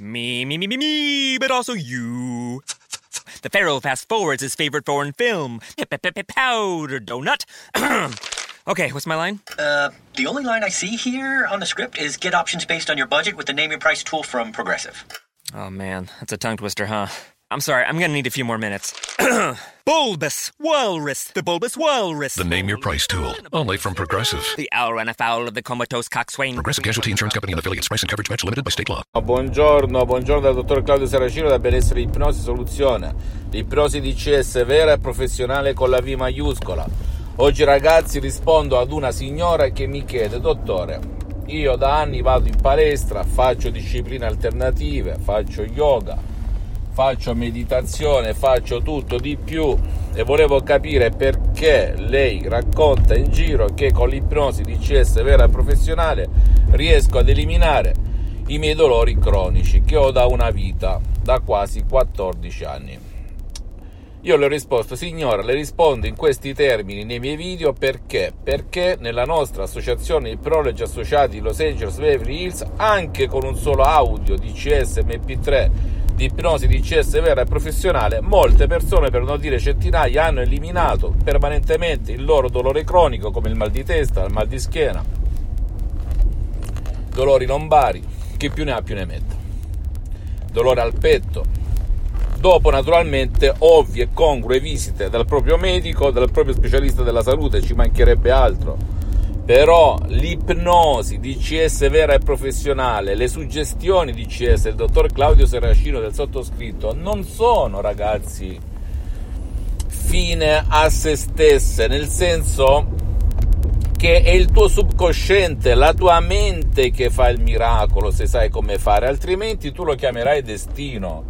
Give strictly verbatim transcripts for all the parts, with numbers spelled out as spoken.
Me, me, me, me, me, but also you. The Pharaoh fast forwards his favorite foreign film, Powder Donut. Okay, what's my line? Uh, the only line I see here on the script is get options based on your budget with the Name Your Price tool from Progressive. Oh man, that's a tongue twister, huh? I'm sorry, I'm gonna need a few more minutes. Bulbous Walrus, the Bulbous Walrus. The Name Your Price tool, only from Progressive. The owl ran afoul of the comatose coxswain. Progressive Casualty Insurance Company and affiliates. Price and coverage match limited by state law. Buongiorno, buongiorno dal dottor Claudio Saracino da Benessere Ipnosi Soluzione. L'ipnosi D C S vera e professionale con la V maiuscola. Oggi ragazzi rispondo ad una signora che mi chiede: dottore, io da anni vado in palestra, faccio discipline alternative, faccio yoga, faccio meditazione, faccio tutto di più e volevo capire perché lei racconta in giro che con l'ipnosi D C S vera e professionale riesco ad eliminare i miei dolori cronici che ho da una vita, da quasi quattordici anni. Io le ho risposto: signora, le rispondo in questi termini nei miei video perché? Perché nella nostra associazione Ipnologi Associati Los Angeles Beverly Hills, anche con un solo audio D C S M P tre di ipnosi D C S vera e professionale, molte persone, per non dire centinaia, hanno eliminato permanentemente il loro dolore cronico, come il mal di testa, il mal di schiena, dolori lombari, chi più ne ha più ne metta, dolore al petto, dopo naturalmente ovvie e congrue visite dal proprio medico, dal proprio specialista della salute, ci mancherebbe altro. Però l'ipnosi D C S vera e professionale, le suggestioni D C S del dottor Claudio Saracino, del sottoscritto, non sono, ragazzi, fine a se stesse, nel senso che è il tuo subconsciente, la tua mente che fa il miracolo, se sai come fare, altrimenti tu lo chiamerai destino.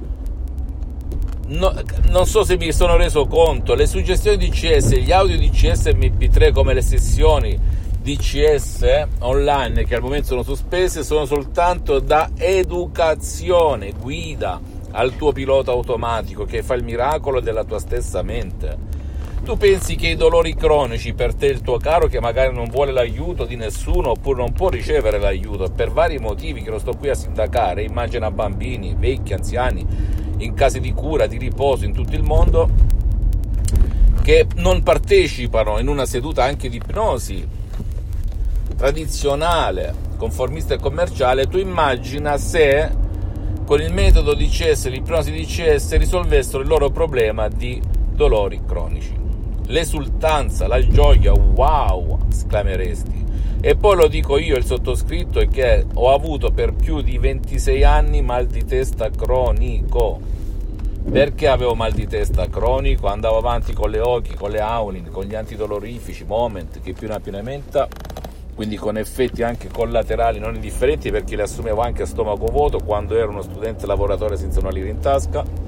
No, non so se mi sono reso conto, le suggestioni D C S, gli audio D C S M P tre, come le sessioni D C S online che al momento sono sospese, sono soltanto da educazione, guida al tuo pilota automatico che fa il miracolo della tua stessa mente. Tu pensi che i dolori cronici per te, il tuo caro che magari non vuole l'aiuto di nessuno oppure non può ricevere l'aiuto per vari motivi che non sto qui a sindacare, immagina bambini, vecchi, anziani, in case di cura, di riposo in tutto il mondo, che non partecipano in una seduta anche di ipnosi tradizionale, conformista e commerciale, tu immagina se con il metodo D C S, l'ipnosi D C S, risolvessero il loro problema di dolori cronici. L'esultanza, la gioia, wow, esclameresti. E poi lo dico io, il sottoscritto, è che ho avuto per più di ventisei anni mal di testa cronico. Perché avevo mal di testa cronico? Andavo avanti con le Oki, con le Aulin, con gli antidolorifici, Moment, che più ne ha più ne metta, quindi con effetti anche collaterali non indifferenti, perché le assumevo anche a stomaco vuoto quando ero uno studente lavoratore senza una lira in tasca,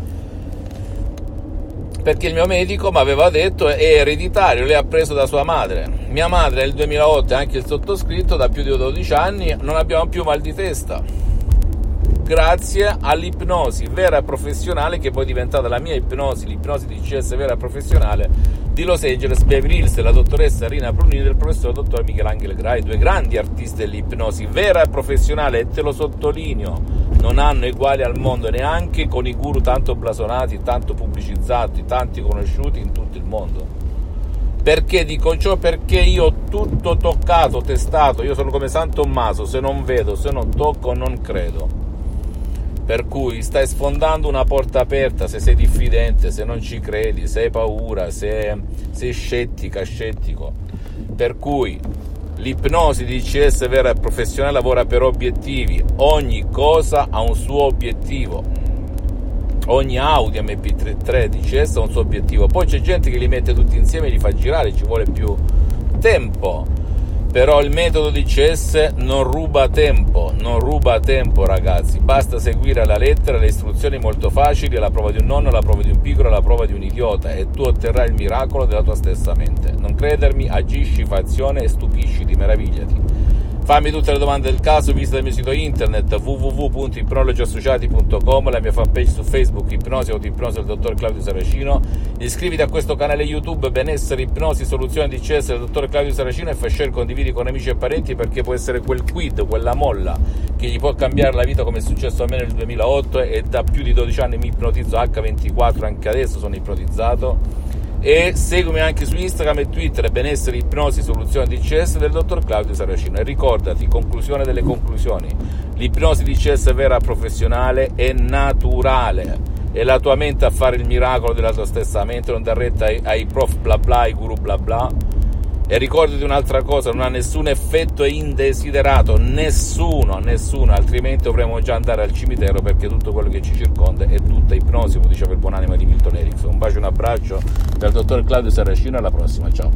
perché il mio medico mi aveva detto è ereditario, lei ha preso da sua madre. Mia madre nel duemilaotto e anche il sottoscritto da più di dodici anni non abbiamo più mal di testa, grazie all'ipnosi vera e professionale che poi è diventata la mia ipnosi, l'ipnosi D C S vera e professionale di Los Angeles Beverly Hills, della dottoressa Rina Brunini e del professor dottor Michelangelo Grai, due grandi artisti dell'ipnosi vera e professionale, e te lo sottolineo, non hanno uguali al mondo, neanche con i guru tanto blasonati, tanto pubblicizzati, tanti conosciuti in tutto il mondo. Perché dico ciò? Perché io ho tutto toccato, testato, io sono come San Tommaso, se non vedo, se non tocco non credo. Per cui stai sfondando una porta aperta se sei diffidente, se non ci credi, se hai paura, se sei scettica, scettico. Per cui l'ipnosi D C S vera e professionale lavora per obiettivi, ogni cosa ha un suo obiettivo, ogni audio M P tre D C S ha un suo obiettivo. Poi c'è gente che li mette tutti insieme e li fa girare, ci vuole più tempo. Però il metodo D C S non ruba tempo, non ruba tempo ragazzi, basta seguire alla lettera le istruzioni molto facili, alla prova di un nonno, alla prova di un piccolo, alla prova di un idiota, e tu otterrai il miracolo della tua stessa mente. Non credermi, agisci, fai azione e stupisciti, meravigliati. Fammi tutte le domande del caso, visita il mio sito internet w w w punto ipnologi associati punto com, la mia fanpage su Facebook Ipnosi Autoipnosi del dottor Claudio Saracino. Iscriviti a questo canale YouTube Benessere Ipnosi Soluzione D C S del dottor Claudio Saracino e fai share, condividi con amici e parenti, perché può essere quel quid, quella molla che gli può cambiare la vita, come è successo a me nel duemilaotto, e da più di dodici anni mi ipnotizzo acca ventiquattro, anche adesso sono ipnotizzato. E seguimi anche su Instagram e Twitter, Benessere Ipnosi Soluzione D C S del dottor Claudio Saracino. E ricordati, conclusione delle conclusioni, l'ipnosi D C S vera, professionale e naturale. È la tua mente a fare il miracolo della tua stessa mente, non dar retta ai, ai prof bla bla, ai guru bla bla. E ricordati un'altra cosa, non ha nessun effetto indesiderato, nessuno, nessuno, altrimenti dovremmo già andare al cimitero, perché tutto quello che ci circonda è tutta ipnosi, come diceva il buonanima di Milton Erickson. Un bacio e un abbraccio dal dottor Claudio Saracino, alla prossima, ciao.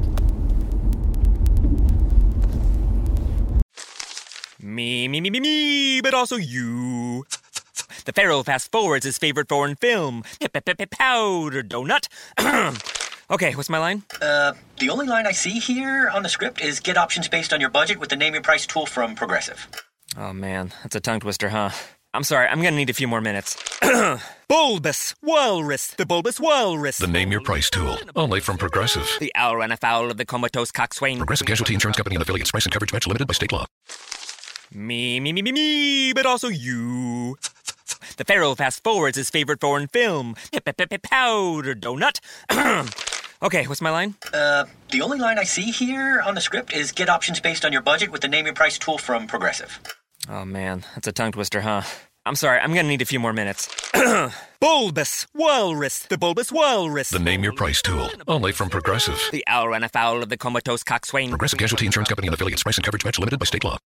Me, me, me, me, me, but also you. The Pharaoh fast forwards his favorite foreign film, Powder Donut. Okay, what's my line? Uh, the only line I see here on the script is get options based on your budget with the Name Your Price tool from Progressive. Oh man, that's a tongue twister, huh? I'm sorry, I'm gonna need a few more minutes. Bulbous Walrus, the Bulbous Walrus. The Name Your Price tool, only from Progressive. The owl ran afoul of the comatose coxswain. Progressive Casualty Insurance Company and affiliates. Price and coverage match limited by state law. Me, me, me, me, me, but also you. The Pharaoh fast forwards his favorite foreign film, Powder Donut. Okay, what's my line? Uh, the only line I see here on the script is get options based on your budget with the Name Your Price tool from Progressive. Oh man, that's a tongue twister, huh? I'm sorry, I'm gonna need a few more minutes. Bulbous Walrus, the Bulbous Walrus. The Name Your Price tool, only from Progressive. The owl ran afoul of the comatose coxswain. Progressive Casualty Insurance Company and affiliates. Price and coverage match limited by state law.